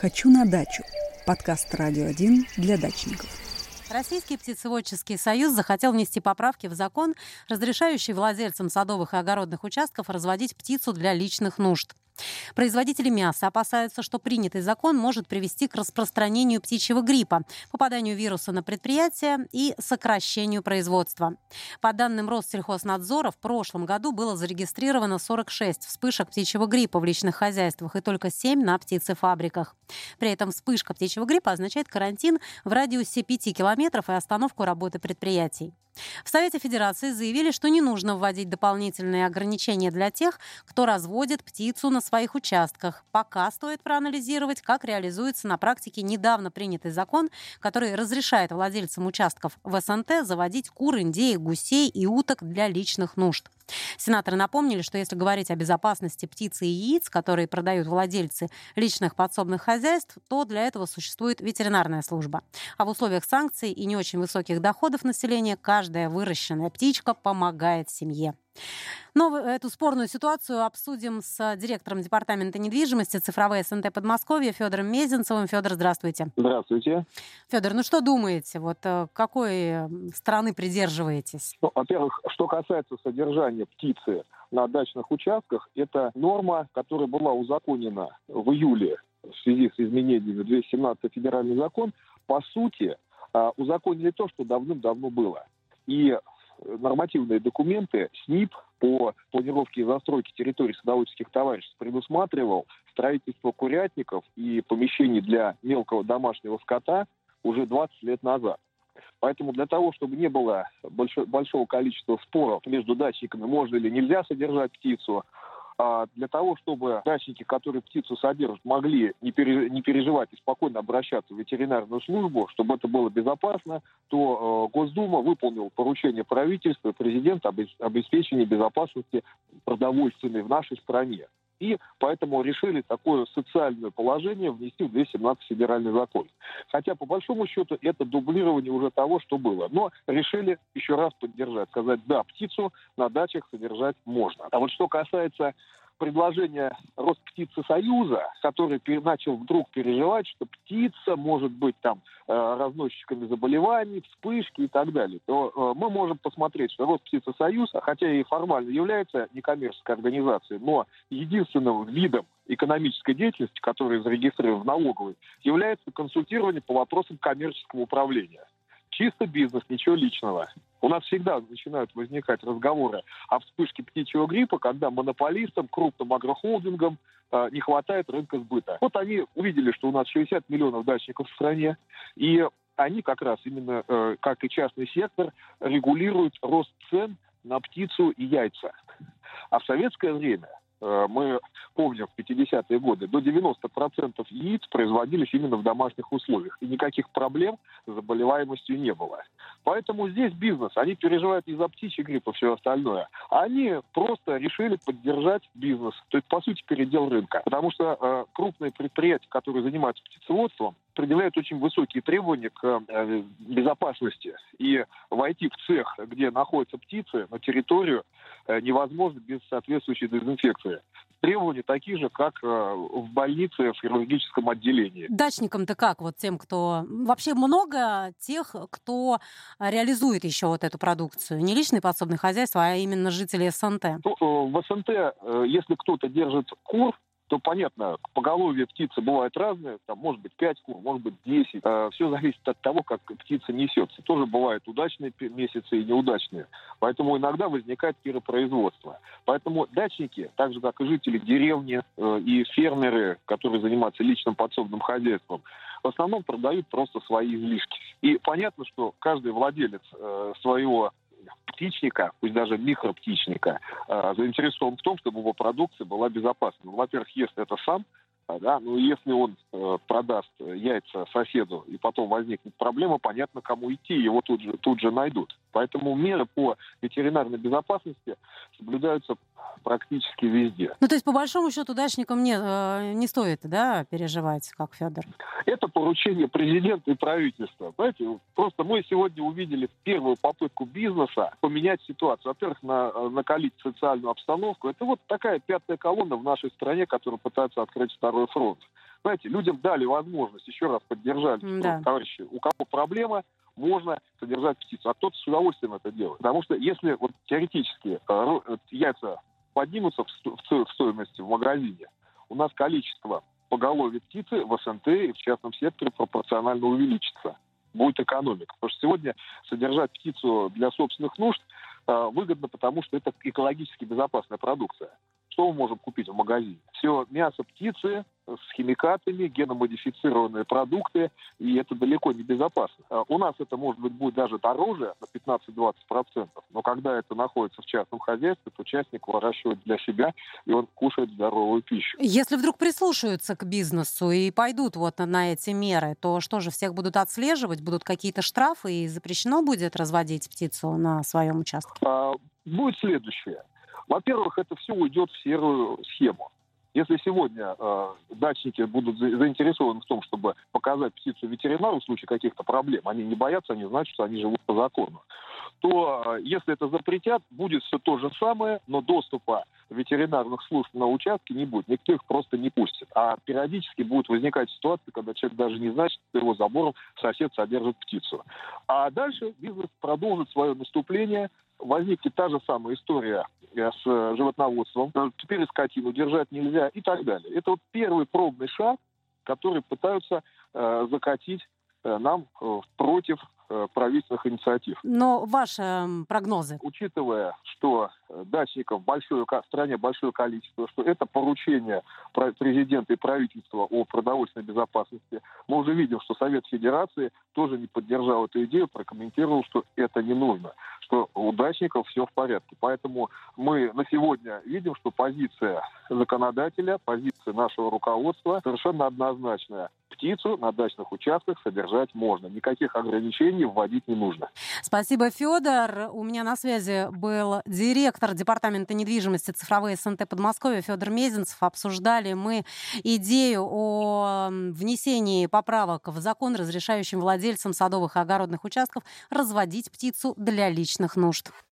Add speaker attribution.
Speaker 1: «Хочу на дачу» – подкаст «Радио 1» для дачников.
Speaker 2: Российский птицеводческий союз захотел внести поправки в закон, разрешающий владельцам садовых и огородных участков разводить птицу для личных нужд. Производители мяса опасаются, что принятый закон может привести к распространению птичьего гриппа, попаданию вируса на предприятия и сокращению производства. По данным Россельхознадзора, в прошлом году было зарегистрировано 46 вспышек птичьего гриппа в личных хозяйствах и только 7 на птицефабриках. При этом вспышка птичьего гриппа означает карантин в радиусе 5 километров и остановку работы предприятий. В Совете Федерации заявили, что не нужно вводить дополнительные ограничения для тех, кто разводит птицу на своих участках. Пока стоит проанализировать, как реализуется на практике недавно принятый закон, который разрешает владельцам участков в СНТ заводить кур, индеек, гусей и уток для личных нужд. Сенаторы напомнили, что если говорить о безопасности птицы и яиц, которые продают владельцы личных подсобных хозяйств, то для этого существует ветеринарная служба. А в условиях санкций и не очень высоких доходов населения каждая выращенная птичка помогает семье. Но эту спорную ситуацию обсудим с директором департамента недвижимости цифровой СНТ Подмосковья Федором Мезенцевым. Федор, здравствуйте.
Speaker 3: Здравствуйте.
Speaker 2: Федор, ну что думаете? Какой стороны придерживаетесь?
Speaker 3: Во-первых, что касается содержания птицы на дачных участках, это норма, которая была узаконена в июле в связи с изменениями в 217 федеральный закон, по сути, узаконили то, что давным-давно было. И нормативные документы СНИП по планировке и застройке территорий садоводческих товариществ предусматривал строительство курятников и помещений для мелкого домашнего скота уже 20 лет назад. Поэтому для того, чтобы не было большого количества споров между дачниками, можно или нельзя содержать птицу, для того, чтобы дачники, которые птицу содержат, могли не переживать и спокойно обращаться в ветеринарную службу, чтобы это было безопасно, то Госдума выполнила поручение правительства и президента об обеспечении безопасности продовольственной в нашей стране. И поэтому решили такое социальное положение внести в 217 федеральный закон. Хотя, по большому счету, это дублирование уже того, что было. Но решили еще раз поддержать, сказать, да, птицу на дачах содержать можно. А вот что касается предложения Росптицесоюза, который начал вдруг переживать, что птица может быть там разносчиками заболеваний, вспышки и так далее, то мы можем посмотреть, что Росптицесоюз, хотя и формально является некоммерческой организацией, но единственным видом экономической деятельности, который зарегистрирован в налоговой, является консультирование по вопросам коммерческого управления. Чисто бизнес, ничего личного. У нас всегда начинают возникать разговоры о вспышке птичьего гриппа, когда монополистам, крупным агрохолдингам не хватает рынка сбыта. Вот они увидели, что у нас 60 миллионов дачников в стране, и они как раз именно, как и частный сектор, регулируют рост цен на птицу и яйца. А в советское время, мы помним, в 50-е годы, до 90% яиц производились именно в домашних условиях. И никаких проблем с заболеваемостью не было. Поэтому здесь бизнес. Они переживают не за птичий грипп и все остальное. Они просто решили поддержать бизнес. То есть, по сути, передел рынка. Потому что крупные предприятия, которые занимаются птицеводством, предъявляют очень высокие требования к безопасности. И войти в цех, где находятся птицы, на территорию невозможно без соответствующей дезинфекции. Требования такие же, как в больнице в хирургическом отделении.
Speaker 2: Дачникам-то как? Вот тем, кто... Вообще много тех, кто реализует еще вот эту продукцию. Не личные подсобные хозяйства, а именно жители СНТ.
Speaker 3: В СНТ, если кто-то держит кур, то, понятно, поголовье птицы бывает разное. Там может быть 5 кур, может быть 10. Все зависит от того, как птица несется. Тоже бывают удачные месяцы и неудачные. Поэтому иногда возникает перепроизводство. Поэтому дачники, так же как и жители деревни и фермеры, которые занимаются личным подсобным хозяйством, в основном продают просто свои излишки. И понятно, что каждый владелец своего птичника, пусть даже микроптичника, заинтересован в том, чтобы его продукция была безопасной. Во-первых, если это сам, да, но если он продаст яйца соседу и потом возникнет проблема, понятно, кому идти, его тут же найдут. Поэтому меры по ветеринарной безопасности соблюдаются практически везде.
Speaker 2: Ну, то есть, по большому счету, дачникам не стоит, да, переживать, как Федор?
Speaker 3: Это поручение президента и правительства. Знаете, просто мы сегодня увидели первую попытку бизнеса поменять ситуацию. Во-первых, накалить социальную обстановку. Это вот такая пятая колонна в нашей стране, которая пытается открыть второй фронт. Знаете, людям дали возможность, еще раз поддержали,
Speaker 2: Да.
Speaker 3: что, товарищи, у кого проблема, можно содержать птицу, а кто-то с удовольствием это делает. Потому что если вот теоретически яйца поднимутся в стоимости в магазине, у нас количество поголовья птицы в СНТ и в частном секторе пропорционально увеличится. Будет экономика. Потому что сегодня содержать птицу для собственных нужд выгодно, потому что это экологически безопасная продукция. Что мы можем купить в магазине? Все мясо птицы с химикатами, геномодифицированные продукты, и это далеко не безопасно. У нас это, может быть, будет даже дороже на 15-20%, но когда это находится в частном хозяйстве, то частник выращивает для себя, и он кушает здоровую пищу.
Speaker 2: Если вдруг прислушаются к бизнесу и пойдут вот на эти меры, то что же, всех будут отслеживать, будут какие-то штрафы, и запрещено будет разводить птицу на своем участке?
Speaker 3: Будет следующее. Во-первых, это все уйдет в серую схему. Если сегодня дачники будут заинтересованы в том, чтобы показать птицу ветеринару в случае каких-то проблем, они не боятся, они знают, что они живут по закону, то если это запретят, будет все то же самое, но доступа ветеринарных служб на участке не будет. Никто их просто не пустит. А периодически будут возникать ситуации, когда человек даже не знает, что за его забором сосед содержит птицу. А дальше бизнес продолжит свое наступление. Возникнет та же самая история с животноводством. Теперь скотину держать нельзя и так далее. Это вот первый пробный шаг, который пытаются закатить нам против правительственных инициатив.
Speaker 2: Но ваши прогнозы?
Speaker 3: Учитывая, что дачников в стране большое количество, что это поручение президента и правительства о продовольственной безопасности, мы уже видим, что Совет Федерации тоже не поддержал эту идею, прокомментировал, что это не нужно, что у дачников все в порядке. Поэтому мы на сегодня видим, что позиция законодателя, позиция нашего руководства совершенно однозначная. Птицу на дачных участках содержать можно. Никаких ограничений вводить не нужно.
Speaker 2: Спасибо, Федор. У меня на связи был директор департамента недвижимости цифровой СНТ Подмосковья Федор Мезенцев. Обсуждали мы идею о внесении поправок в закон, разрешающим владельцам садовых и огородных участков разводить птицу для личных нужд.